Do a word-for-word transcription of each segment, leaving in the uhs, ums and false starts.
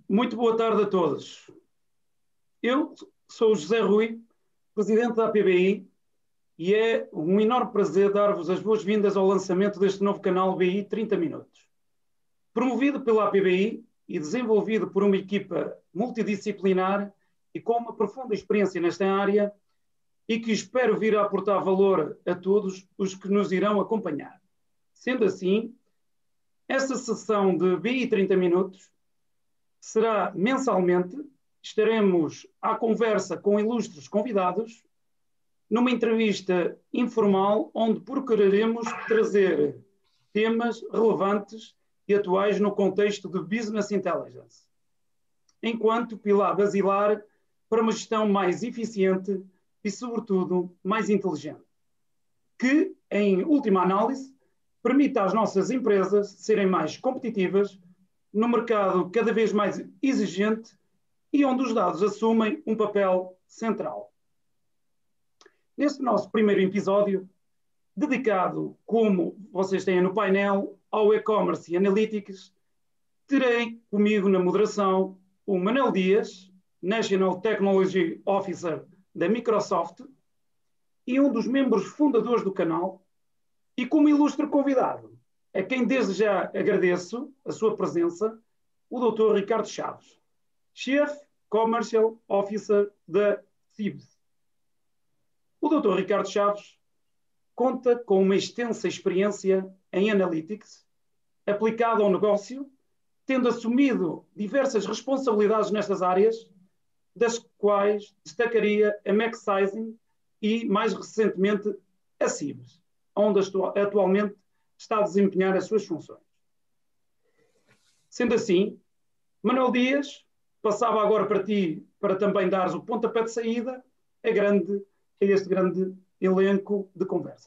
Muito boa tarde a todos. Eu sou o José Rui, presidente da A P B I, e é um enorme prazer dar-vos as boas-vindas ao lançamento deste novo canal B I trinta Minutos. Promovido pela A P B I e desenvolvido por uma equipa multidisciplinar e com uma profunda experiência nesta área, e que espero vir a aportar valor a todos os que nos irão acompanhar. Sendo assim, esta sessão de B I trinta Minutos será mensalmente. Estaremos à conversa com ilustres convidados, numa entrevista informal, onde procuraremos trazer temas relevantes e atuais no contexto de Business Intelligence, enquanto pilar basilar para uma gestão mais eficiente e, sobretudo, mais inteligente, que, em última análise, permita às nossas empresas serem mais competitivas no mercado cada vez mais exigente e onde os dados assumem um papel central. Neste nosso primeiro episódio, dedicado, como vocês têm no painel, ao e-commerce e analytics, terei comigo na moderação o Manel Dias, National Technology Officer da Microsoft e um dos membros fundadores do canal, e como ilustre convidado, a quem desde já agradeço a sua presença, o doutor Ricardo Chaves, Chief Commercial Officer da Cibs. O doutor Ricardo Chaves conta com uma extensa experiência em Analytics, aplicada ao negócio, tendo assumido diversas responsabilidades nestas áreas, das quais destacaria a Maxizing e, mais recentemente, a Cibs, onde atualmente está a desempenhar as suas funções. Sendo assim, Manuel Dias, passava agora para ti, para também dares o pontapé de saída a, grande, a este grande elenco de conversa.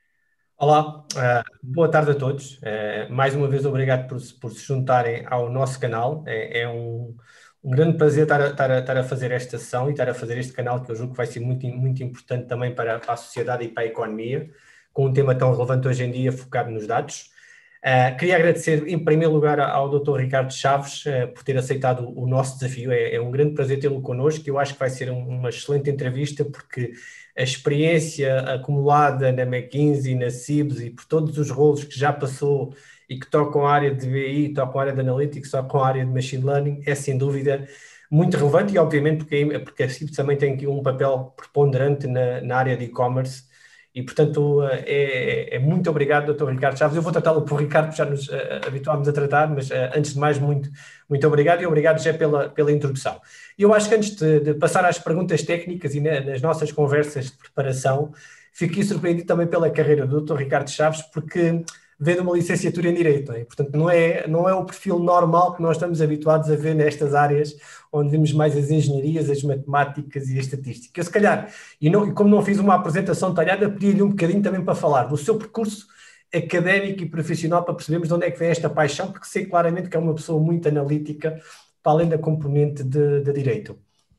Olá, uh, boa tarde a todos. Uh, mais uma vez, obrigado por, por se juntarem ao nosso canal. É, é um, um grande prazer estar a, estar, a, estar a fazer esta sessão e estar a fazer este canal, que eu julgo que vai ser muito, muito importante também para, para a sociedade e para a economia, com um tema tão relevante hoje em dia, focado nos dados. Uh, queria agradecer, em primeiro lugar, ao doutor Ricardo Chaves uh, por ter aceitado o, o nosso desafio. É, é um grande prazer tê-lo connosco. Eu acho que vai ser um, uma excelente entrevista, porque a experiência acumulada na McKinsey, na Cibs e por todos os rolos que já passou e que tocam a área de B I, tocam a área de Analytics, tocam a área de Machine Learning, é sem dúvida muito relevante, e obviamente porque, porque a Cibs também tem aqui um papel preponderante na, na área de e-commerce. E, portanto, é, é muito obrigado, doutor Ricardo Chaves. Eu vou tratá-lo por Ricardo, porque já nos uh, habituámos a tratar, mas uh, antes de mais, muito, muito obrigado, e obrigado já pela, pela introdução. E eu acho que antes de, de passar às perguntas técnicas e na, nas nossas conversas de preparação, fiquei surpreendido também pela carreira do doutor Ricardo Chaves, porque vem de uma licenciatura em Direito, não é? Portanto, não é, não é o perfil normal que nós estamos habituados a ver nestas áreas, onde vemos mais as engenharias, as matemáticas e a estatística. Eu, se calhar, e, não, e como não fiz uma apresentação detalhada, pedi-lhe um bocadinho também para falar do seu percurso académico e profissional, para percebermos de onde é que vem esta paixão, porque sei claramente que é uma pessoa muito analítica, para além da componente de, de Direito.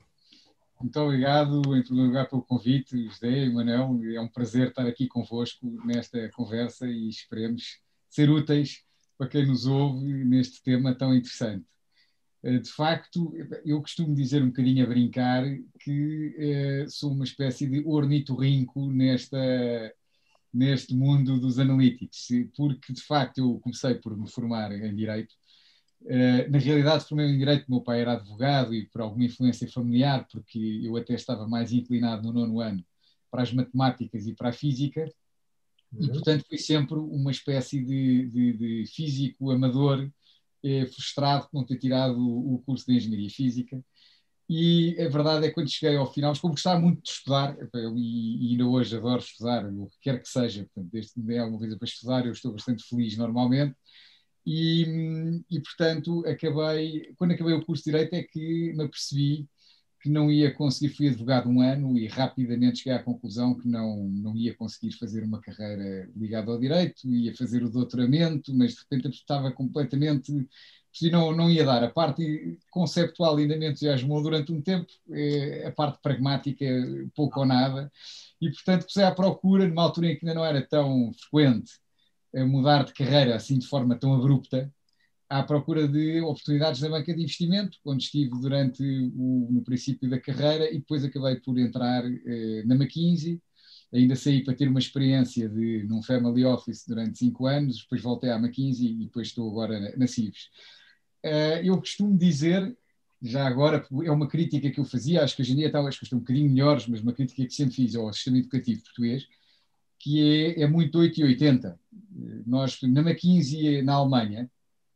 Muito obrigado, em primeiro lugar, pelo convite, José e Manuel. É um prazer estar aqui convosco nesta conversa e esperemos ser úteis para quem nos ouve neste tema tão interessante. De facto, eu costumo dizer um bocadinho a brincar que eh, sou uma espécie de ornitorrinco nesta, neste mundo dos analytics, porque de facto eu comecei por me formar em Direito. Uh, na realidade, formei em Direito, meu pai era advogado, e por alguma influência familiar, porque eu até estava mais inclinado no nono ano para as matemáticas e para a física, uhum. E portanto fui sempre uma espécie de, de, de físico amador, eh, frustrado por não ter tirado o, o curso de Engenharia Física. E a verdade é que quando cheguei ao final, como gostava muito de estudar, e, e ainda hoje adoro estudar, o que quer que seja, portanto, desde que me dê alguma coisa para estudar, eu estou bastante feliz normalmente. E, e, portanto, acabei, quando acabei o curso de Direito é que me apercebi que não ia conseguir, fui advogado um ano e rapidamente cheguei à conclusão que não, não ia conseguir fazer uma carreira ligada ao Direito, ia fazer o doutoramento, mas de repente estava completamente, não, não ia dar. A parte conceptual ainda me entusiasmou durante um tempo, a parte pragmática pouco ou nada, e portanto comecei à procura, numa altura em que ainda não era tão frequente mudar de carreira assim de forma tão abrupta, à procura de oportunidades na banca de investimento, onde estive durante o, no princípio da carreira e depois acabei por entrar eh, na McKinsey. Ainda saí para ter uma experiência de, num family office durante cinco anos, depois voltei à McKinsey e depois estou agora na, na Cibes. Uh, eu costumo dizer, já agora, é uma crítica que eu fazia, acho que hoje em dia estão, acho que estão um bocadinho melhores, mas uma crítica que sempre fiz ao sistema educativo português, que é, é muito oito e oitenta. Nós, na McKinsey, na Alemanha,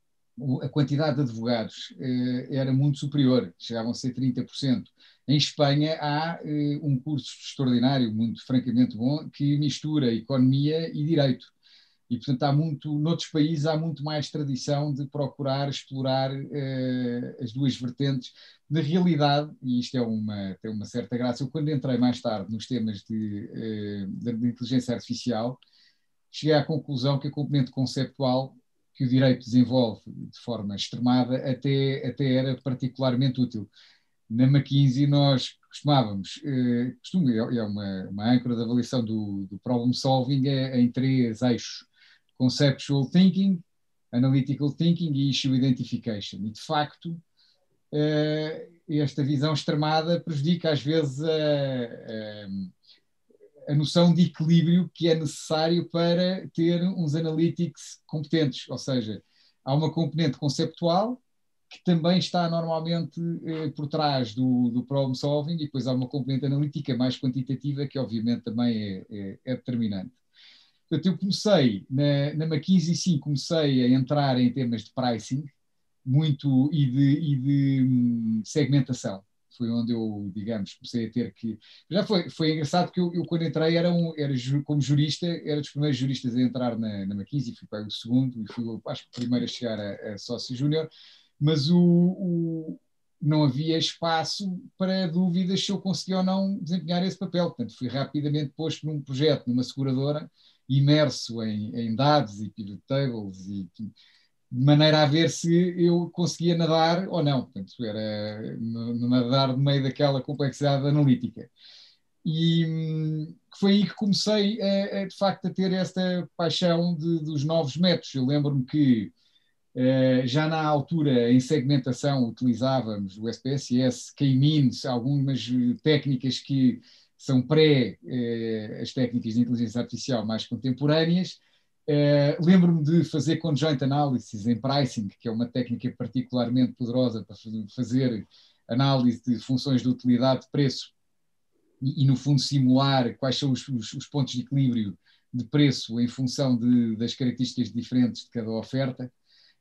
a quantidade de advogados uh, era muito superior, chegavam a ser trinta por cento. Em Espanha há uh, um curso extraordinário, muito francamente bom, que mistura economia e direito. E, portanto, há muito, noutros países há muito mais tradição de procurar explorar uh, as duas vertentes. Na realidade, e isto é uma, tem uma certa graça, eu quando entrei mais tarde nos temas de, uh, de, de inteligência artificial, cheguei à conclusão que a componente conceptual que o direito desenvolve de forma extremada até, até era particularmente útil. Na McKinsey nós costumávamos, eh, costumo, é uma, uma âncora de avaliação do, do problem solving é, é em três eixos: conceptual thinking, analytical thinking e issue identification. E de facto eh, esta visão extremada prejudica às vezes a, a, a noção de equilíbrio que é necessário para ter uns analytics competentes, ou seja, há uma componente conceptual que também está normalmente eh, por trás do, do problem solving, e depois há uma componente analítica mais quantitativa que obviamente também é, é, é determinante. Portanto, eu comecei, na, na McKinsey sim, comecei a entrar em temas de pricing muito e de, e de hum, segmentação. Foi onde eu, digamos, comecei a ter que... Já foi, foi engraçado porque eu, eu quando entrei era, um, era como jurista, era dos primeiros juristas a entrar na, na McKinsey, fui para o segundo e fui, acho que o primeiro a chegar a, a sócio júnior, mas o, o, não havia espaço para dúvidas se eu conseguia ou não desempenhar esse papel. Portanto, fui rapidamente posto num projeto, numa seguradora, imerso em, em dados e pivot tables, e, de maneira a ver se eu conseguia nadar ou não. Portanto, era nadar no meio daquela complexidade analítica. E hum, foi aí que comecei, a, a, de facto, a ter esta paixão de, dos novos métodos. Eu lembro-me que Uh, já na altura, em segmentação, utilizávamos o S P S S, K-means, algumas técnicas que são pré uh, as técnicas de inteligência artificial mais contemporâneas. Uh, lembro-me de fazer conjoint analysis em pricing, que é uma técnica particularmente poderosa para fazer análise de funções de utilidade de preço e, e no fundo, simular quais são os, os, os pontos de equilíbrio de preço em função de, das características diferentes de cada oferta.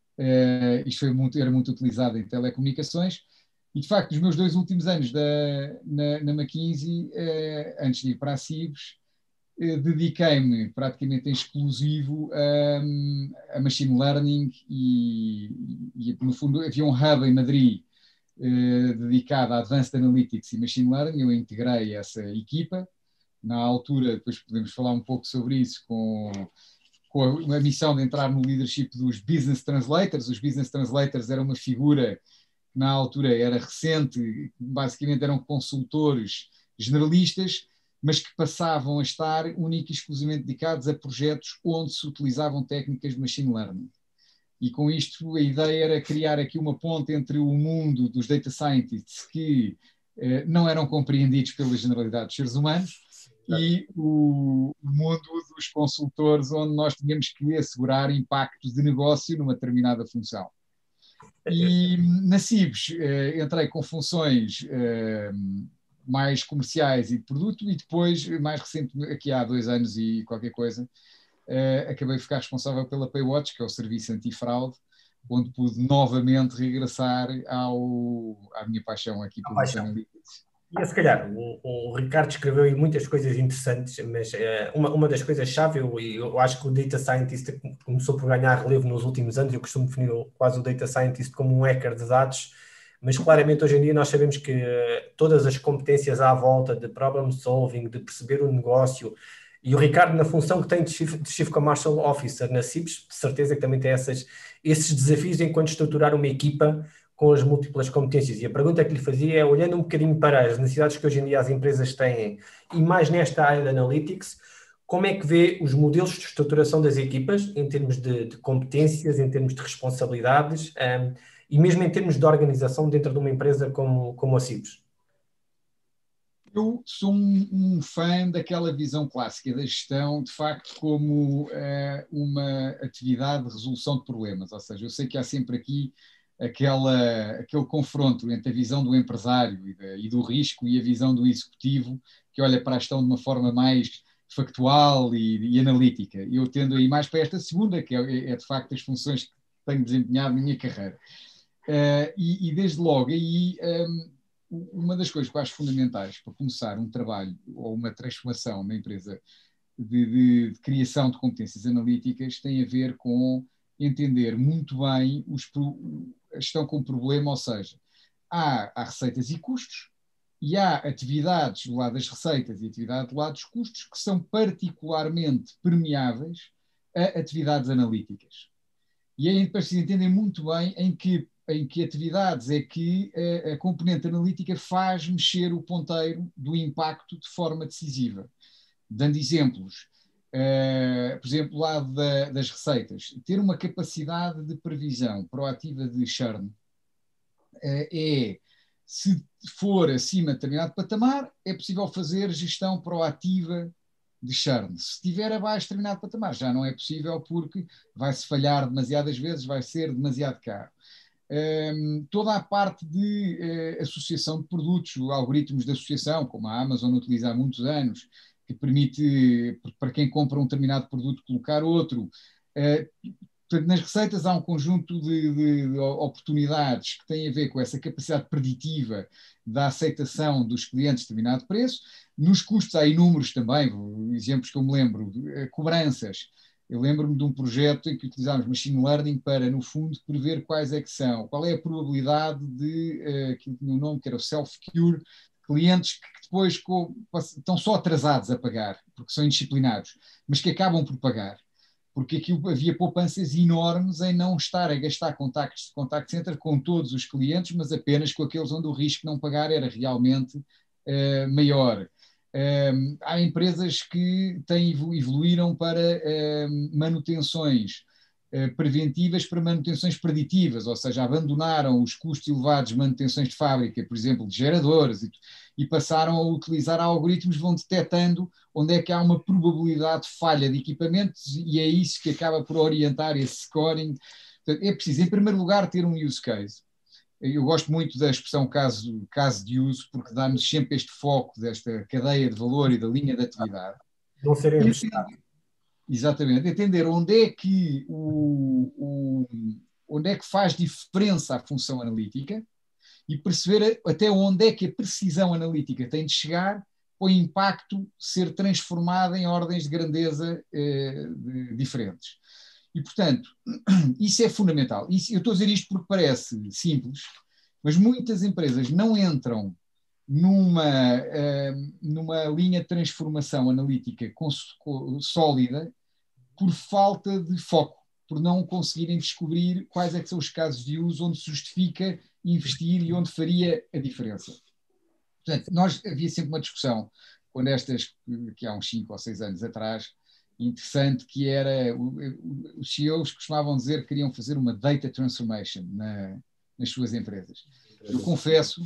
Uh, isto foi muito, era muito utilizado em telecomunicações e, de facto, nos meus dois últimos anos da, na, na McKinsey, uh, antes de ir para a Cibes, uh, dediquei-me praticamente em exclusivo um, a machine learning e, e, no fundo, havia um hub em Madrid uh, dedicado a Advanced Analytics e Machine Learning. Eu integrei essa equipa. Na altura, depois podemos falar um pouco sobre isso, com... com a missão de entrar no leadership dos business translators. Os business translators eram uma figura que na altura era recente, basicamente eram consultores generalistas, mas que passavam a estar única e exclusivamente dedicados a projetos onde se utilizavam técnicas de machine learning. E com isto a ideia era criar aqui uma ponte entre o mundo dos data scientists, que eh, não eram compreendidos pela generalidade dos seres humanos, e o mundo dos consultores, onde nós tínhamos que assegurar impactos de negócio numa determinada função. E na Cibes eh, entrei com funções eh, mais comerciais e de produto, e depois, mais recentemente, aqui há dois anos e qualquer coisa, eh, acabei de ficar responsável pela Paywatch, que é o serviço antifraude, onde pude novamente regressar ao, à minha paixão aqui pelos analytics. E se calhar, o, o Ricardo escreveu aí muitas coisas interessantes, mas uh, uma, uma das coisas-chave, eu, eu acho que o Data Scientist começou por ganhar relevo nos últimos anos. Eu costumo definir quase o Data Scientist como um hacker de dados, mas claramente hoje em dia nós sabemos que uh, todas as competências à volta de problem solving, de perceber o negócio, e o Ricardo, na função que tem de Chief, de Chief Commercial Officer na Cibes, de certeza que também tem essas, esses desafios enquanto estruturar uma equipa com as múltiplas competências. E a pergunta que lhe fazia é, olhando um bocadinho para as necessidades que hoje em dia as empresas têm, e mais nesta área de analytics, como é que vê os modelos de estruturação das equipas em termos de, de competências, em termos de responsabilidades um, e mesmo em termos de organização dentro de uma empresa como, como a Cibos? Eu sou um, um fã daquela visão clássica da gestão, de facto, como uh, uma atividade de resolução de problemas. Ou seja, eu sei que há sempre aqui aquela, aquele confronto entre a visão do empresário e, de, e do risco e a visão do executivo, que olha para a gestão de uma forma mais factual e, e analítica. Eu tendo aí mais para esta segunda, que é, é de facto as funções que tenho desempenhado na minha carreira. Uh, e, e desde logo aí... Um, uma das coisas que eu acho fundamentais para começar um trabalho ou uma transformação na empresa de, de, de criação de competências analíticas tem a ver com entender muito bem os, a gestão com problema, ou seja, há, há receitas e custos e há atividades do lado das receitas e atividade do lado dos custos que são particularmente permeáveis a atividades analíticas. E aí depois se entendem muito bem em que em que atividades é que a, a componente analítica faz mexer o ponteiro do impacto de forma decisiva. Dando exemplos, uh, por exemplo, do lado da, das receitas, ter uma capacidade de previsão proativa de churn uh, é, se for acima de determinado patamar, é possível fazer gestão proativa de churn. Se estiver abaixo de determinado patamar, já não é possível porque vai-se falhar demasiadas vezes, vai ser demasiado caro. Um, toda a parte de uh, associação de produtos, algoritmos de associação, como a Amazon utiliza há muitos anos, que permite, para quem compra um determinado produto, colocar outro. Uh, portanto, nas receitas há um conjunto de, de, de oportunidades que têm a ver com essa capacidade preditiva da aceitação dos clientes de determinado preço. Nos custos há inúmeros também, exemplos que eu me lembro, uh, cobranças. Eu lembro-me de um projeto em que utilizámos machine learning para, no fundo, prever quais é que são, qual é a probabilidade de, uh, aquilo que tinha um nome que era o self-cure, clientes que depois com, estão só atrasados a pagar, porque são indisciplinados, mas que acabam por pagar. Porque aquilo, havia poupanças enormes em não estar a gastar contactos de contact center com todos os clientes, mas apenas com aqueles onde o risco de não pagar era realmente uh, maior. Um, há empresas que têm, evoluíram para um, manutenções uh, preventivas para manutenções preditivas, ou seja, abandonaram os custos elevados de manutenções de fábrica, por exemplo, de geradores, e, e passaram a utilizar algoritmos que vão detectando onde é que há uma probabilidade de falha de equipamentos e é isso que acaba por orientar esse scoring. Portanto, é preciso, em primeiro lugar, ter um use case. Eu gosto muito da expressão caso, caso de uso, porque dá-nos sempre este foco desta cadeia de valor e da linha de atividade. Não serem entender, exatamente, entender onde é que o, o, onde é que faz diferença a função analítica e perceber até onde é que a precisão analítica tem de chegar para o impacto ser transformado em ordens de grandeza eh, de, diferentes. E, portanto, isso é fundamental. Isso, eu estou a dizer isto porque parece simples, mas muitas empresas não entram numa, uh, numa linha de transformação analítica cons- sólida por falta de foco, por não conseguirem descobrir quais é que são os casos de uso onde se justifica investir e onde faria a diferença. Portanto, nós havia sempre uma discussão, quando estas, que há uns cinco ou seis anos atrás, interessante, que era, os C E Os costumavam dizer que queriam fazer uma data transformation na, nas suas empresas. Eu confesso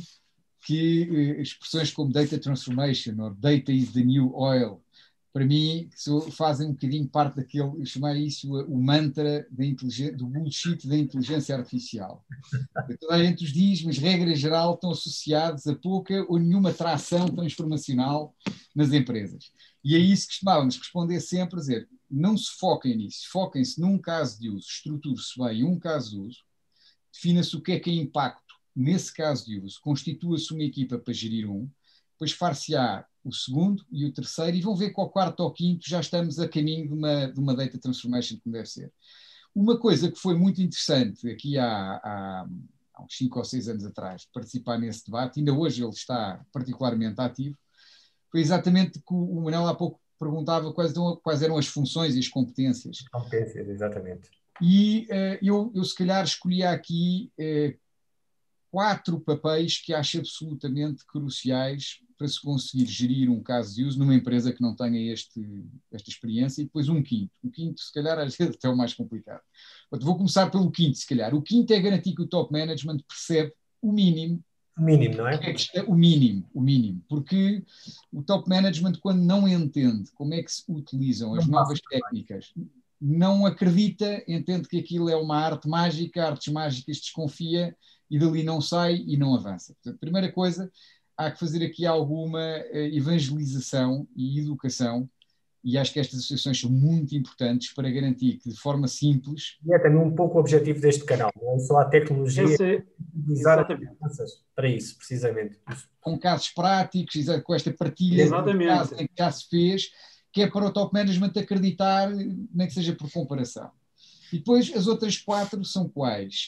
que expressões como data transformation ou data is the new oil, para mim, fazem um bocadinho parte daquele, eu chamar isso o mantra da do bullshit da inteligência artificial. Toda a gente os diz, mas regra geral estão associados a pouca ou nenhuma tração transformacional nas empresas. E é isso que costumávamos responder sempre, a dizer, não se foquem nisso, foquem-se num caso de uso, estruture-se bem um caso de uso, defina-se o que é que é impacto nesse caso de uso, constitua-se uma equipa para gerir um, depois far-se-á o segundo e o terceiro, e vão ver que ao quarto ou quinto já estamos a caminho de uma, de uma data transformation como deve ser. Uma coisa que foi muito interessante aqui há, há, há uns cinco ou seis anos atrás, de participar nesse debate, ainda hoje ele está particularmente ativo, foi exatamente que o Manuel há pouco perguntava quais, quais eram as funções e as competências. Competências, exatamente. E uh, eu, eu se calhar escolhia aqui uh, quatro papéis que acho absolutamente cruciais para se conseguir gerir um caso de uso numa empresa que não tenha este, esta experiência, e depois um quinto. O quinto, se calhar, às vezes até é o mais complicado. Portanto, vou começar pelo quinto, se calhar. O quinto é garantir que o top management percebe o mínimo. O mínimo, não é? O mínimo, o mínimo. Porque o top management, quando não entende como é que se utilizam as novas técnicas, não acredita, entende que aquilo é uma arte mágica, artes mágicas desconfia e dali não sai e não avança. Portanto, primeira coisa, há que fazer aqui alguma evangelização e educação, e acho que estas associações são muito importantes para garantir que de forma simples... E é também um pouco o objetivo deste canal, não é só a tecnologia, Esse, utilizar as finanças para isso, precisamente. Com casos práticos, com esta partilha exatamente. de casos em que já se fez, que é para o top management acreditar, nem que seja por comparação. E depois as outras quatro são quais?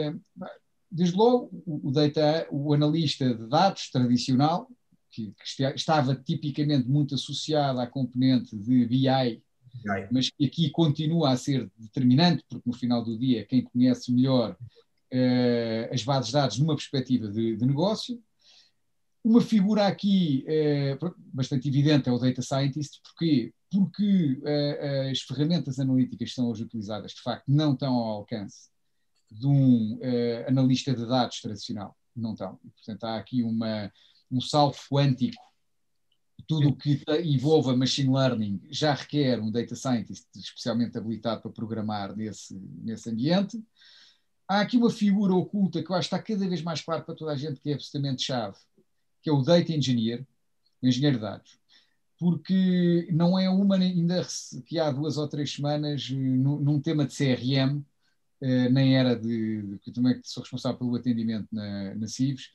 Desde logo, o, data, o analista de dados tradicional, que, que estava tipicamente muito associado à componente de B I, mas que aqui continua a ser determinante, porque no final do dia quem conhece melhor uh, as bases de dados numa perspectiva de, de negócio. Uma figura aqui uh, bastante evidente é o Data Scientist. Porquê? Porque uh, as ferramentas analíticas que são hoje utilizadas, de facto, não estão ao alcance de um uh, analista de dados tradicional. Não estão. E, portanto, há aqui uma, um salto quântico. Tudo o que envolva machine learning já requer um data scientist especialmente habilitado para programar nesse, nesse ambiente. Há aqui uma figura oculta que eu acho que está cada vez mais claro para toda a gente, que é absolutamente chave, que é o data engineer, o engenheiro de dados. Porque não é uma, ainda que há duas ou três semanas, num, num tema de C R M, eh, nem era de, de, que também sou responsável pelo atendimento na, na CIVES,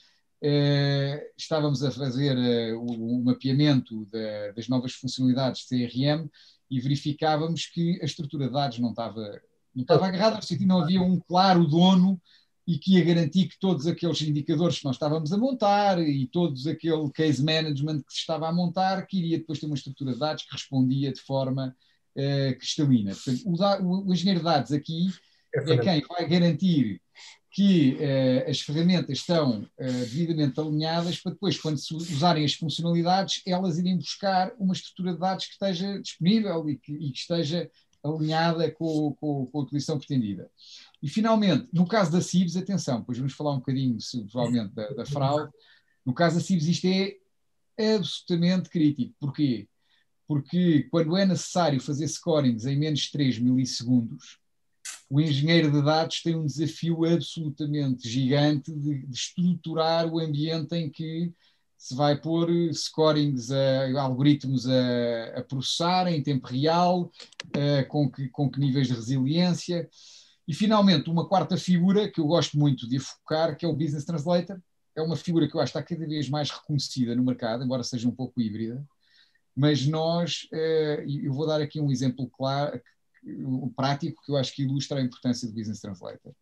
Uh, estávamos a fazer uh, o, o mapeamento da, das novas funcionalidades de C R M e verificávamos que a estrutura de dados não estava, não estava agarrada, no sentido não havia um claro dono e que ia garantir que todos aqueles indicadores que nós estávamos a montar e todos aquele case management que se estava a montar, que iria depois ter uma estrutura de dados que respondia de forma uh, cristalina. Portanto, o, da, o, o engenheiro de dados aqui é, é quem vai garantir que uh, as ferramentas estão uh, devidamente alinhadas para depois, quando se usarem as funcionalidades, elas irem buscar uma estrutura de dados que esteja disponível e que, e que esteja alinhada com, com, com a utilização pretendida. E, finalmente, no caso da CIVES, atenção, depois vamos falar um bocadinho, provavelmente, da, da fraude. No caso da CIVES, isto é absolutamente crítico. Porquê? Porque quando é necessário fazer scorings em menos de três milissegundos, o engenheiro de dados tem um desafio absolutamente gigante de, de estruturar o ambiente em que se vai pôr scorings, a, algoritmos a, a processar em tempo real, a, com, que, com que níveis de resiliência. E, finalmente, uma quarta figura que eu gosto muito de focar, que é o Business Translator. É uma figura que eu acho que está cada vez mais reconhecida no mercado, embora seja um pouco híbrida. Mas nós, eu vou dar aqui um exemplo claro, prático, que eu acho que ilustra a importância do Business Translator.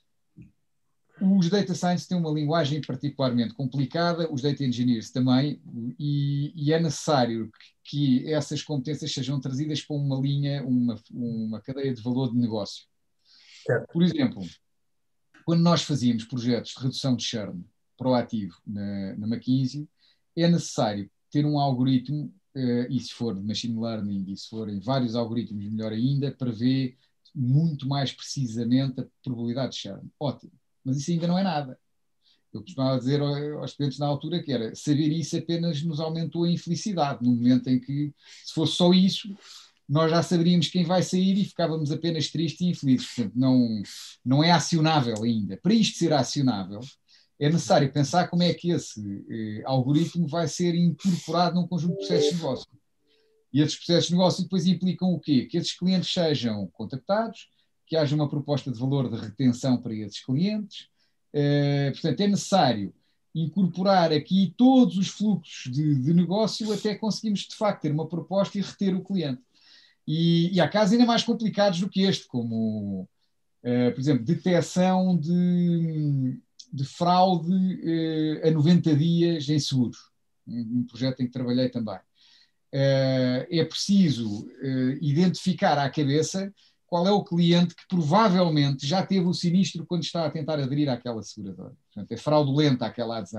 Os data science têm uma linguagem particularmente complicada, os data engineers também, e, e é necessário que, que essas competências sejam trazidas para uma linha, uma, uma cadeia de valor de negócio. Certo. Por exemplo, quando nós fazíamos projetos de redução de churn proativo na, na McKinsey, é necessário ter um algoritmo, Uh, e se for de machine learning, e se forem vários algoritmos, melhor ainda, para ver muito mais precisamente a probabilidade de churn. Ótimo. Mas isso ainda não é nada. Eu costumava dizer aos estudantes na altura que era saber isso apenas nos aumentou a infelicidade, no momento em que, se fosse só isso, nós já saberíamos quem vai sair e ficávamos apenas tristes e infelizes. Portanto, não, não é acionável ainda. Para isto ser acionável, é necessário pensar como é que esse eh, algoritmo vai ser incorporado num conjunto de processos de negócio. E esses processos de negócio depois implicam o quê? Que esses clientes sejam contactados, que haja uma proposta de valor de retenção para esses clientes. Eh, portanto, é necessário incorporar aqui todos os fluxos de, de negócio até conseguirmos, de facto, ter uma proposta e reter o cliente. E, e há casos ainda mais complicados do que este, como, eh, por exemplo, detecção de... de fraude eh, a noventa dias em seguros, um, um projeto em que trabalhei também. Eh, é preciso eh, identificar à cabeça qual é o cliente que provavelmente já teve o sinistro quando está a tentar aderir àquela seguradora. Portanto, é fraudulenta aquela adesão.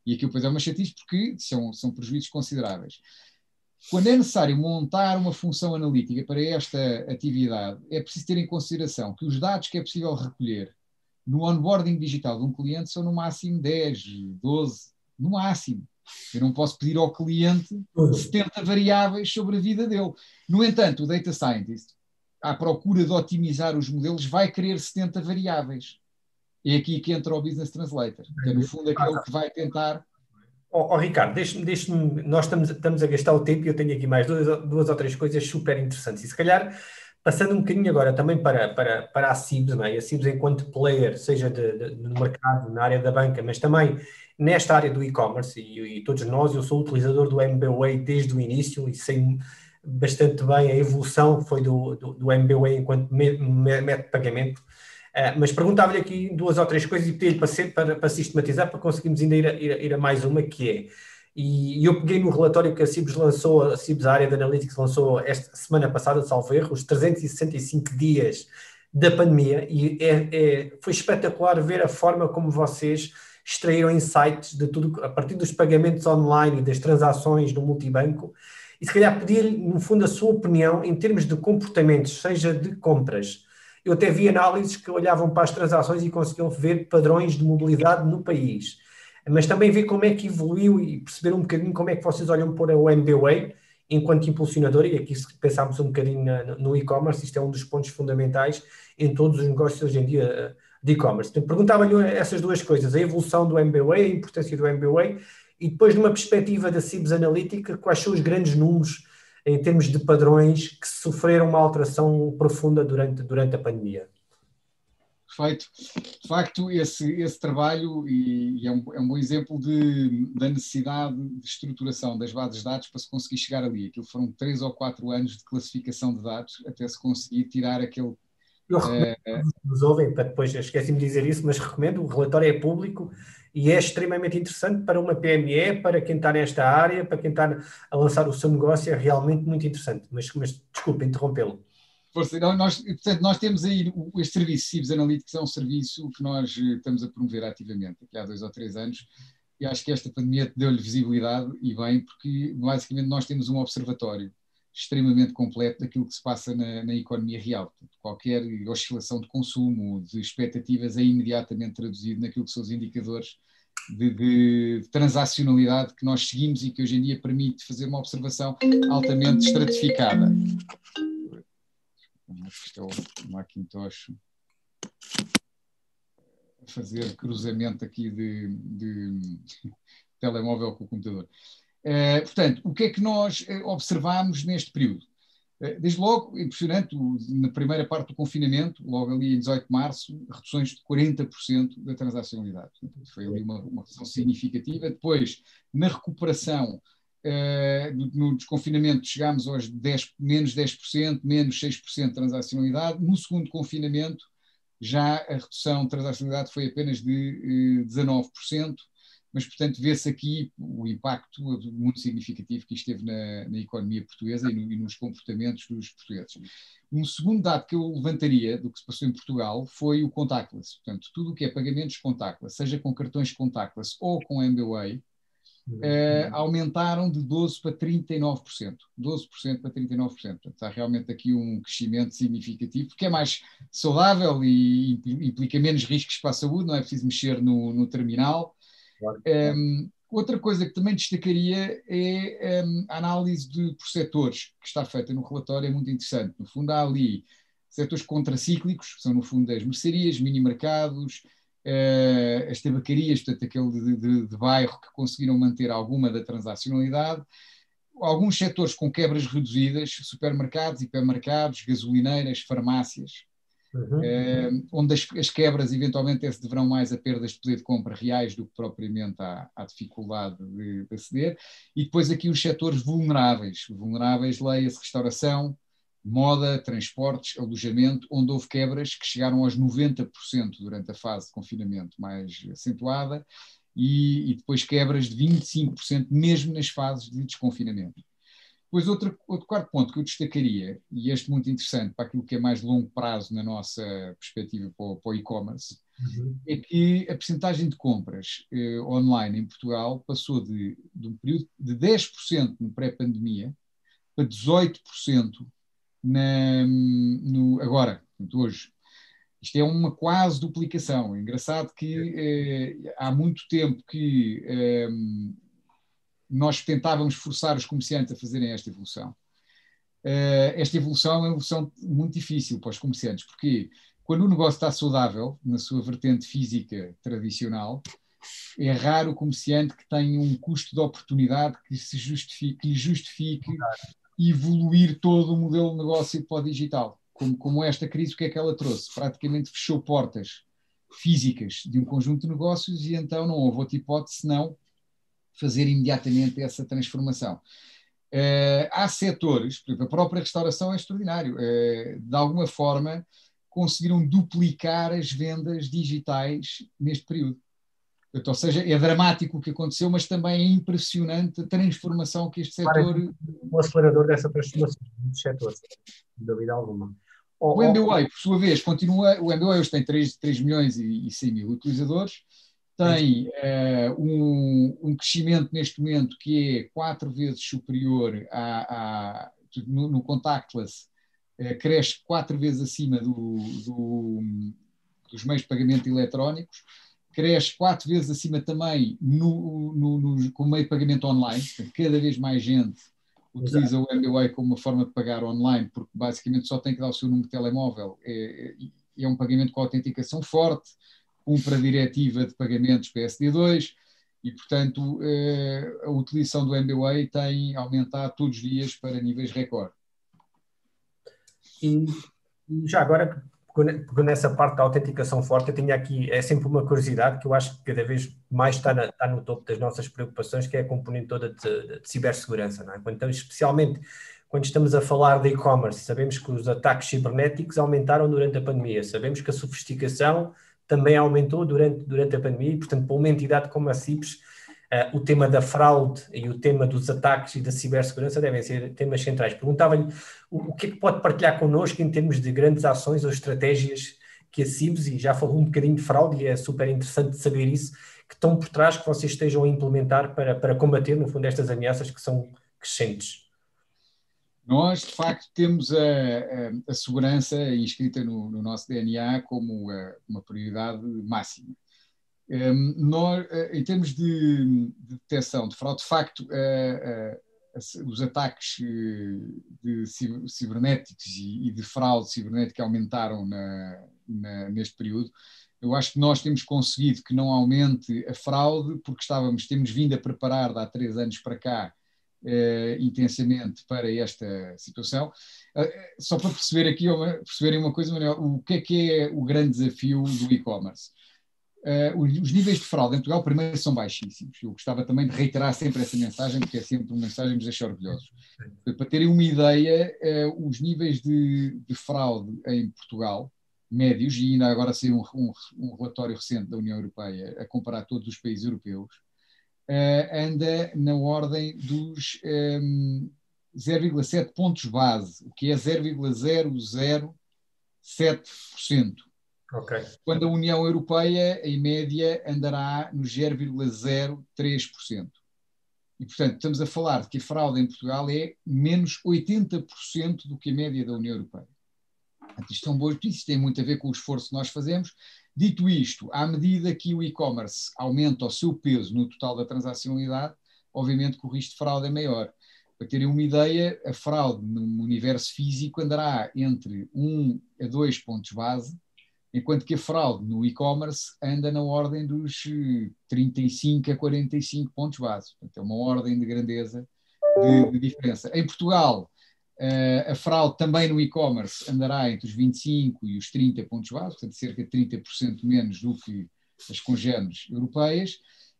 E aquilo depois é uma chatice porque são, são prejuízos consideráveis. Quando é necessário montar uma função analítica para esta atividade, é preciso ter em consideração que os dados que é possível recolher no onboarding digital de um cliente são no máximo dez, doze, no máximo. Eu não posso pedir ao cliente setenta variáveis sobre a vida dele. No entanto, o data scientist, à procura de otimizar os modelos, vai querer setenta variáveis. É aqui que entra o Business Translator, que é no fundo aquele que vai tentar... Oh, oh, Ricardo, deixe-me, deixe-me, nós estamos, estamos a gastar o tempo e eu tenho aqui mais duas, duas ou três coisas super interessantes. E se calhar, passando um bocadinho agora também para, para, para a Cibs, não é? A Cibs enquanto player, seja de, de, no mercado, na área da banca, mas também nesta área do e-commerce, e, e todos nós, eu sou utilizador do M B W A desde o início e sei bastante bem a evolução que foi do, do, do M B W A enquanto método de pagamento. Uh, mas perguntava-lhe aqui duas ou três coisas e pedi-lhe para, para, para sistematizar, para conseguirmos ainda ir a, ir, a, ir a mais uma, que é, e, e eu peguei no relatório que a Cibs lançou, a Cibs, a área de Analytics, lançou esta semana passada, salvo erro, os trezentos e sessenta e cinco dias da pandemia, e é, é, foi espetacular ver a forma como vocês extraíram insights de tudo, a partir dos pagamentos online e das transações no multibanco, e se calhar pedir-lhe, no fundo, a sua opinião em termos de comportamentos, seja de compras. Eu até vi análises que olhavam para as transações e conseguiam ver padrões de mobilidade no país. Mas também ver como é que evoluiu e perceber um bocadinho como é que vocês olham para o M B W A enquanto impulsionador, e aqui se pensarmos um bocadinho na, no e-commerce, isto é um dos pontos fundamentais em todos os negócios hoje em dia de e-commerce. Então, perguntava-lhe essas duas coisas, a evolução do M B W A, a importância do M B W A, e depois, numa perspectiva da Cibs Analítica, quais são os grandes números em termos de padrões que sofreram uma alteração profunda durante, durante a pandemia. Perfeito. De facto, esse, esse trabalho e, e é, um, é um bom exemplo de, da necessidade de estruturação das bases de dados para se conseguir chegar ali. Aquilo foram três ou quatro anos de classificação de dados até se conseguir tirar aquele... Eu recomendo uh, que nos ouvem, para depois, esqueci-me de dizer isso, mas recomendo, o relatório é público e é extremamente interessante para uma P M E, para quem está nesta área, para quem está a lançar o seu negócio, é realmente muito interessante. Mas, mas desculpe interrompê-lo. Força, nós, portanto, nós temos aí este serviço, Cibs Analytics, é um serviço que nós estamos a promover ativamente aqui há dois ou três anos, e acho que esta pandemia deu-lhe visibilidade, e bem, porque basicamente nós temos um observatório extremamente completo daquilo que se passa na, na economia real. Portanto, qualquer oscilação de consumo, de expectativas, é imediatamente traduzido naquilo que são os indicadores de, de transacionalidade que nós seguimos e que hoje em dia permite fazer uma observação altamente estratificada. Isto é o Macintosh a fazer cruzamento aqui de, de telemóvel com o computador. Uh, portanto, o que é que nós observamos neste período? Uh, desde logo, impressionante, na primeira parte do confinamento, logo ali em dezoito de março, reduções de quarenta por cento da transacionalidade. Portanto, foi ali uma, uma redução significativa. Depois, na recuperação, uh, no, no desconfinamento, chegámos aos dez, menos dez por cento, menos seis por cento de transacionalidade. No segundo confinamento, já a redução de transacionalidade foi apenas de uh, dezanove por cento. Mas, portanto, vê-se aqui o impacto muito significativo que isto teve na, na economia portuguesa e, no, e nos comportamentos dos portugueses. Um segundo dado que eu levantaria do que se passou em Portugal foi o contactless. Portanto, tudo o que é pagamentos contactless, seja com cartões contactless ou com M B W A, eh, aumentaram de doze por cento para trinta e nove por cento. doze por cento para trinta e nove por cento. Portanto, há realmente aqui um crescimento significativo, porque é mais saudável e implica menos riscos para a saúde, não é preciso mexer no, no terminal. Um, outra coisa que também destacaria é um, a análise de, por setores que está feita no relatório, é muito interessante. No fundo, há ali setores contracíclicos, que são, no fundo, as mercearias, mini-mercados, uh, as tabacarias, portanto, aquele de, de, de bairro que conseguiram manter alguma da transacionalidade, alguns setores com quebras reduzidas, supermercados, hipermercados, gasolineiras, farmácias. Uhum. Uh, onde as, as quebras eventualmente se deverão mais a perdas de poder de compra reais do que propriamente à, à dificuldade de, de aceder, e depois aqui os setores vulneráveis, vulneráveis, leia-se restauração, moda, transportes, alojamento, onde houve quebras que chegaram aos noventa por cento durante a fase de confinamento mais acentuada, e, e depois quebras de vinte e cinco por cento mesmo nas fases de desconfinamento. Depois, outro, outro quarto ponto que eu destacaria, e este muito interessante para aquilo que é mais longo prazo na nossa perspectiva para o, para o e-commerce, uhum. é que a percentagem de compras eh, online em Portugal passou de, de um período de dez por cento no pré-pandemia para dezoito por cento na, no, agora, hoje. Isto é uma quase duplicação. É engraçado que eh, há muito tempo que eh, nós tentávamos forçar os comerciantes a fazerem esta evolução. Uh, esta evolução é uma evolução muito difícil para os comerciantes, porque quando o negócio está saudável, na sua vertente física tradicional, é raro o comerciante que tenha um custo de oportunidade que, se justifique, que lhe justifique evoluir todo o modelo de negócio para o digital. Como, como esta crise, o que é que ela trouxe? Praticamente fechou portas físicas de um conjunto de negócios e então não houve outra hipótese senão fazer imediatamente essa transformação. Uh, há setores, por exemplo, a própria restauração é extraordinário, uh, de alguma forma conseguiram duplicar as vendas digitais neste período. Portanto, ou seja, é dramático o que aconteceu, mas também é impressionante a transformação que este setor... O acelerador dessa transformação dos setores, sem dúvida alguma. O, o M B W A, por sua vez, continua... O M B W A hoje tem três milhões e cem mil utilizadores, tem uh, um, um crescimento neste momento que é quatro vezes superior a, a, no, no contactless, uh, cresce quatro vezes acima do, do, dos meios de pagamento eletrónicos, cresce quatro vezes acima também no, no, no, com o meio de pagamento online. Portanto, cada vez mais gente utiliza Exato. O M B W A como uma forma de pagar online, porque basicamente só tem que dar o seu número de telemóvel. É, é um pagamento com autenticação forte, cumpre a diretiva de pagamentos P S D dois e, portanto, a utilização do M B W A tem aumentado todos os dias para níveis recorde. E já agora, pegando nessa parte da autenticação forte, eu tinha aqui, é sempre uma curiosidade que eu acho que cada vez mais está, na, está no topo das nossas preocupações, que é a componente toda de, de cibersegurança, não é? Então, especialmente quando estamos a falar de e-commerce, sabemos que os ataques cibernéticos aumentaram durante a pandemia, sabemos que a sofisticação também aumentou durante, durante a pandemia e, portanto, para uma entidade como a CIPS, uh, o tema da fraude e o tema dos ataques e da cibersegurança devem ser temas centrais. Perguntava-lhe o, o que é que pode partilhar connosco em termos de grandes ações ou estratégias que a CIPS, e já falou um bocadinho de fraude, e é super interessante saber isso, que estão por trás, que vocês estejam a implementar para, para combater, no fundo, estas ameaças que são crescentes. Nós, de facto, temos a, a, a segurança inscrita no, no nosso D N A como a, uma prioridade máxima. Um, nós, em termos de, de detecção de fraude, de facto, a, a, os ataques de cibernéticos e, e de fraude cibernética aumentaram na, na, neste período. Eu acho que nós temos conseguido que não aumente a fraude, porque estávamos, temos vindo a preparar de há três anos para cá Uh, intensamente para esta situação. Uh, só para perceber aqui, uma, perceberem uma coisa, Manuel, o que é que é o grande desafio do e-commerce? Uh, os níveis de fraude em Portugal, primeiro, são baixíssimos. Eu gostava também de reiterar sempre essa mensagem, porque é sempre uma mensagem que nos deixa orgulhosos. Para terem uma ideia, uh, os níveis de, de fraude em Portugal, médios, e ainda agora saiu um, um, um relatório recente da União Europeia a comparar todos os países europeus, Uh, anda na ordem dos um, zero vírgula sete pontos base, o que é zero vírgula zero zero sete por cento. Okay. Quando a União Europeia, em média, andará nos zero vírgula zero três por cento. E, portanto, estamos a falar de que a fraude em Portugal é menos oitenta por cento do que a média da União Europeia. Portanto, isto são boas notícias, tem muito a ver com o esforço que nós fazemos. Dito isto, à medida que o e-commerce aumenta o seu peso no total da transacionalidade, obviamente que o risco de fraude é maior. Para terem uma ideia, a fraude no universo físico andará entre um a dois pontos base, enquanto que a fraude no e-commerce anda na ordem dos trinta e cinco a quarenta e cinco pontos base. Portanto, é uma ordem de grandeza de, de diferença. Em Portugal, Uh, a fraude também no e-commerce andará entre os vinte e cinco e os trinta pontos base, portanto cerca de trinta por cento menos do que as congêneres europeias.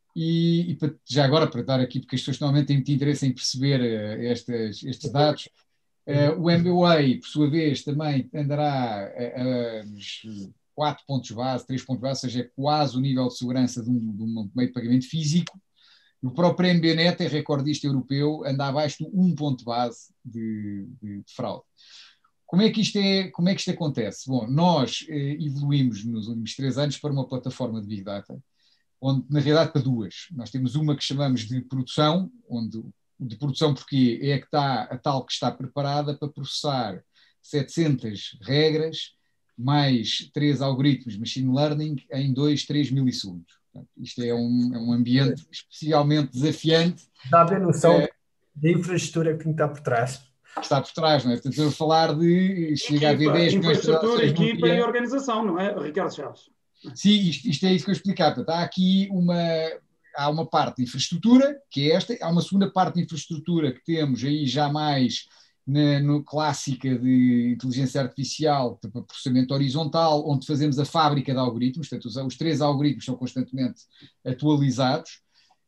E, e para, já agora, para dar aqui, porque as pessoas normalmente têm muito interesse em perceber uh, estas, estes dados, uh, o M B W A, por sua vez, também andará uh, uh, nos quatro pontos base, três pontos base, ou seja, é quase o nível de segurança de um, de um meio de pagamento físico. O próprio M B Net, é recordista europeu, anda abaixo de um ponto base de, de, de fraude. como é que isto é, como é que isto acontece? Bom, nós eh, evoluímos nos últimos três anos para uma plataforma de Big Data, onde, na realidade, para duas. Nós temos uma que chamamos de produção, onde de produção porque é a que está, a tal que está preparada para processar setecentas regras, mais três algoritmos de machine learning em dois, três milissegundos. Portanto, isto é um, é um ambiente especialmente desafiante. Dá bem noção é, da infraestrutura que está por trás. Que está por trás, não é? Portanto, estou a falar de chegar a haver dez milhões de infraestrutura, equipa e organização, não é, Ricardo Chaves? Sim, isto, isto é isso que eu explicar. Portanto, há aqui uma, há uma parte de infraestrutura, que é esta, há uma segunda parte de infraestrutura que temos aí já mais na no clássica de inteligência artificial, para processamento horizontal, onde fazemos a fábrica de algoritmos, portanto, os, os três algoritmos são constantemente atualizados,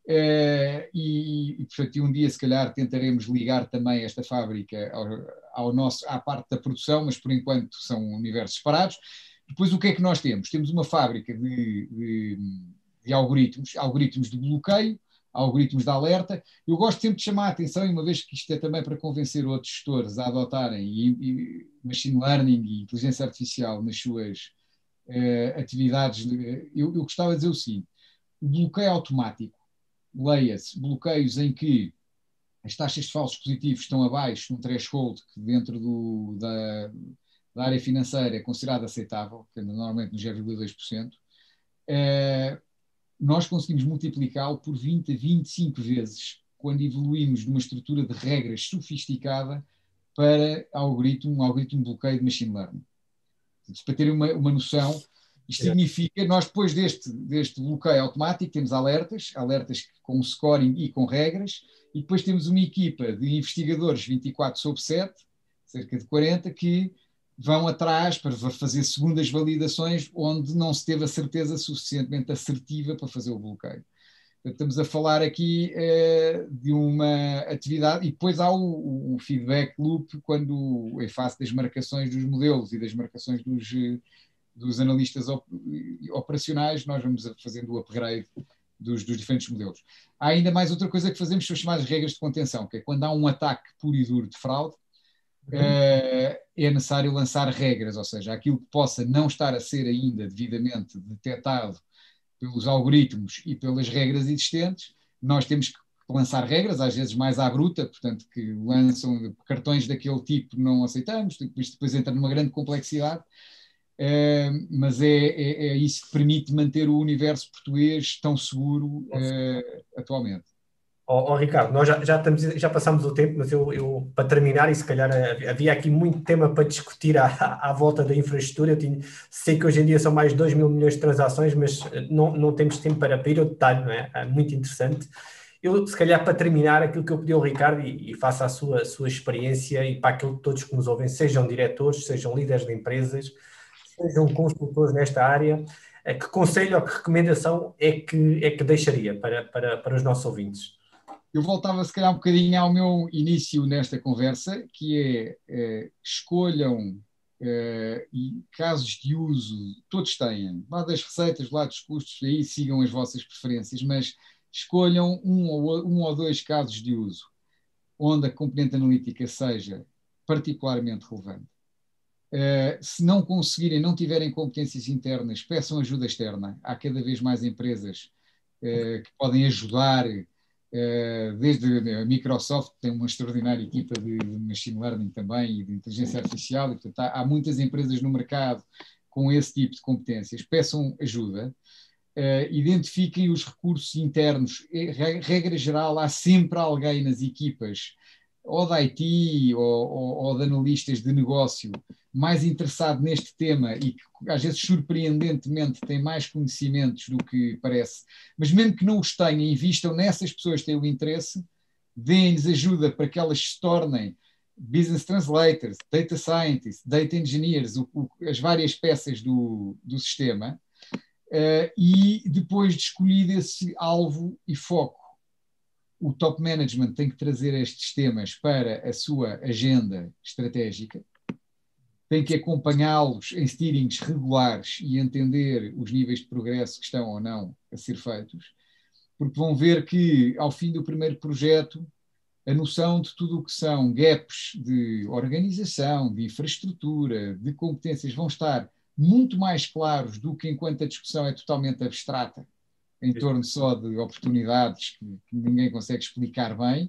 uh, e, e, portanto, um dia, se calhar, tentaremos ligar também esta fábrica ao, ao nosso, à parte da produção, mas, por enquanto, são universos separados. Depois, o que é que nós temos? Temos uma fábrica de, de, de algoritmos, algoritmos de bloqueio, algoritmos de alerta. Eu gosto sempre de chamar a atenção, e uma vez que isto é também para convencer outros gestores a adotarem e, e machine learning e inteligência artificial nas suas uh, atividades, eu, eu gostava de dizer o seguinte: o bloqueio automático, leia-se, bloqueios em que as taxas de falsos positivos estão abaixo de um threshold que dentro do, da, da área financeira é considerado aceitável, que anda normalmente no zero vírgula dois por cento, uh, nós conseguimos multiplicá-lo por vinte a vinte e cinco vezes quando evoluímos de uma estrutura de regras sofisticada para algoritmo, um algoritmo de bloqueio de machine learning. Para terem uma, uma noção, isto é. Significa, nós depois deste, deste bloqueio automático temos alertas, alertas com scoring e com regras, e depois temos uma equipa de investigadores vinte e quatro sobre sete, cerca de quarenta, que vão atrás para fazer segundas validações onde não se teve a certeza suficientemente assertiva para fazer o bloqueio. Portanto, estamos a falar aqui eh, de uma atividade, e depois há o, o feedback loop quando, em face das marcações dos modelos e das marcações dos, dos analistas op, operacionais, nós vamos fazendo o upgrade dos, dos diferentes modelos. Há ainda mais outra coisa que fazemos, são as chamadas regras de contenção, que é quando há um ataque puro e duro de fraude, Uh, é necessário lançar regras, ou seja, aquilo que possa não estar a ser ainda devidamente detectado pelos algoritmos e pelas regras existentes, nós temos que lançar regras, às vezes mais à bruta, portanto, que lançam cartões daquele tipo, não aceitamos, depois, depois entra numa grande complexidade, uh, mas é, é, é isso que permite manter o universo português tão seguro uh, atualmente. Oh, oh, Ricardo, nós já, já, estamos, já passamos o tempo, mas eu, eu, para terminar, e se calhar havia aqui muito tema para discutir à, à volta da infraestrutura. Eu tinha, sei que hoje em dia são mais de dois mil milhões de transações, mas não, não temos tempo para ir ao detalhe, não é? É muito interessante. Eu, se calhar, para terminar, aquilo que eu pedi ao Ricardo, e, e faça a sua, a sua experiência, e para aquilo que todos que nos ouvem, sejam diretores, sejam líderes de empresas, sejam consultores nesta área, que conselho ou que recomendação é que, é que deixaria para, para, para os nossos ouvintes? Eu voltava, se calhar, um bocadinho ao meu início nesta conversa, que é, é escolham é, e casos de uso, todos têm, lá das receitas, lá dos custos, aí sigam as vossas preferências, mas escolham um ou, um ou dois casos de uso onde a componente analítica seja particularmente relevante. É, se não conseguirem, não tiverem competências internas, peçam ajuda externa. Há cada vez mais empresas é, que podem ajudar. Uh, desde a Microsoft tem uma extraordinária equipa de, de machine learning também e de inteligência artificial, e, portanto, há, há muitas empresas no mercado com esse tipo de competências. Peçam ajuda, uh, identifiquem os recursos internos. Regra geral, há sempre alguém nas equipas, ou da I T ou, ou, ou de analistas de negócio, mais interessado neste tema e que às vezes surpreendentemente tem mais conhecimentos do que parece, mas mesmo que não os tenham, invistam nessas pessoas que têm o interesse, deem-lhes ajuda para que elas se tornem business translators, data scientists, data engineers, o, o, as várias peças do, do sistema, uh, e depois de escolhido esse alvo e foco, o top management tem que trazer estes temas para a sua agenda estratégica, tem que acompanhá-los em steerings regulares e entender os níveis de progresso que estão ou não a ser feitos, porque vão ver que ao fim do primeiro projeto a noção de tudo o que são gaps de organização, de infraestrutura, de competências vão estar muito mais claros do que enquanto a discussão é totalmente abstrata, em torno só de oportunidades que, que ninguém consegue explicar bem,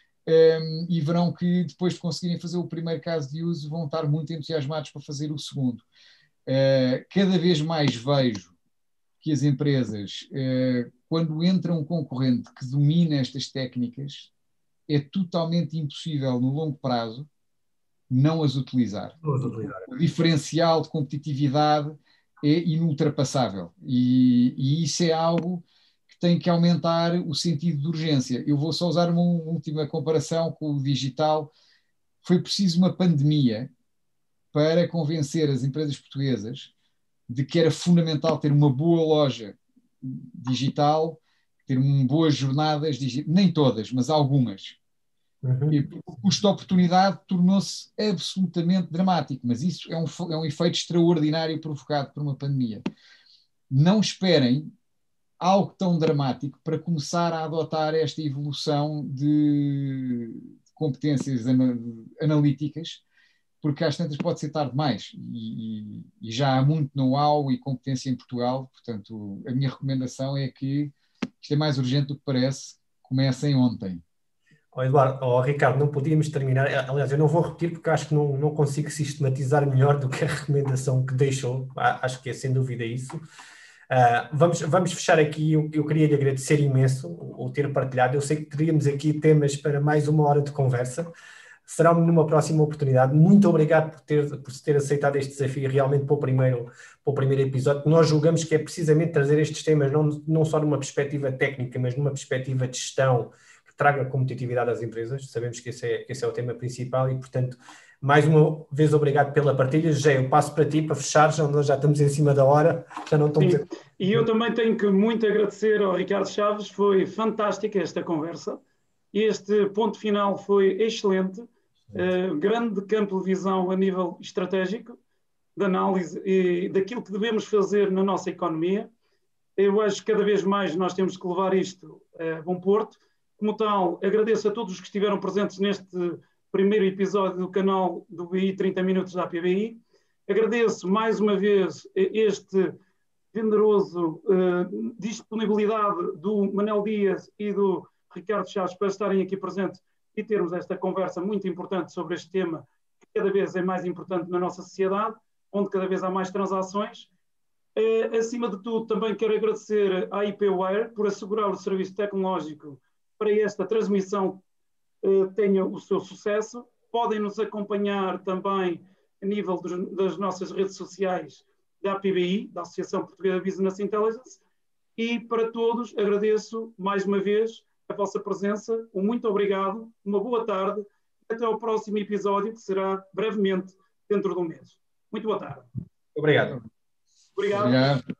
um, e verão que depois de conseguirem fazer o primeiro caso de uso vão estar muito entusiasmados para fazer o segundo. Uh, cada vez mais vejo que as empresas, uh, quando entra um concorrente que domina estas técnicas, é totalmente impossível no longo prazo não as utilizar. Não as utilizar. O diferencial de competitividade é inultrapassável e, e isso é algo que tem que aumentar o sentido de urgência. Eu vou só usar uma última comparação com o digital. Foi preciso uma pandemia para convencer as empresas portuguesas de que era fundamental ter uma boa loja digital, ter um, boas jornadas digitais, nem todas, mas algumas. Uhum. E o custo de oportunidade tornou-se absolutamente dramático, mas isso é um, é um efeito extraordinário provocado por uma pandemia. Não esperem algo tão dramático para começar a adotar esta evolução de competências analíticas, porque às tantas pode ser tarde demais e, e, e já há muito know-how e competência em Portugal, portanto a minha recomendação é que isto é mais urgente do que parece, comecem ontem. Oh, Eduardo, oh, Ricardo, não podíamos terminar, aliás eu não vou repetir porque acho que não, não consigo sistematizar melhor do que a recomendação que deixou, acho que é sem dúvida isso. Uh, vamos, vamos fechar aqui, eu, eu queria lhe agradecer imenso o, o ter partilhado, eu sei que teríamos aqui temas para mais uma hora de conversa, será numa próxima oportunidade. Muito obrigado por ter, por ter aceitado este desafio realmente para o primeiro, para o primeiro episódio. Nós julgamos que é precisamente trazer estes temas não, não só numa perspectiva técnica, mas numa perspectiva de gestão que traga competitividade às empresas. Sabemos que esse é, que esse é o tema principal e, portanto, mais uma vez obrigado pela partilha. José, eu passo para ti para fechar, já, nós já estamos em cima da hora. Já não estamos Sim, a... E eu também tenho que muito agradecer ao Ricardo Chaves, foi fantástica esta conversa. Este ponto final foi excelente. Uh, grande campo de visão a nível estratégico, de análise e daquilo que devemos fazer na nossa economia. Eu acho que cada vez mais nós temos que levar isto a bom porto. Como tal, agradeço a todos os que estiveram presentes neste primeiro episódio do canal do B I trinta Minutos da A P B I. Agradeço mais uma vez este generoso uh, disponibilidade do Manel Dias e do Ricardo Chaves para estarem aqui presentes e termos esta conversa muito importante sobre este tema, que cada vez é mais importante na nossa sociedade, onde cada vez há mais transações. Uh, acima de tudo, também quero agradecer à I P Wire por assegurar o serviço tecnológico para esta transmissão uh, tenha o seu sucesso. Podem nos acompanhar também a nível dos, das nossas redes sociais da A P B I, da Associação Portuguesa de Business Intelligence, e para todos agradeço mais uma vez a vossa presença, um muito obrigado, uma boa tarde, até ao próximo episódio, que será brevemente dentro de um mês. Muito boa tarde. Obrigado. Obrigado. Obrigado.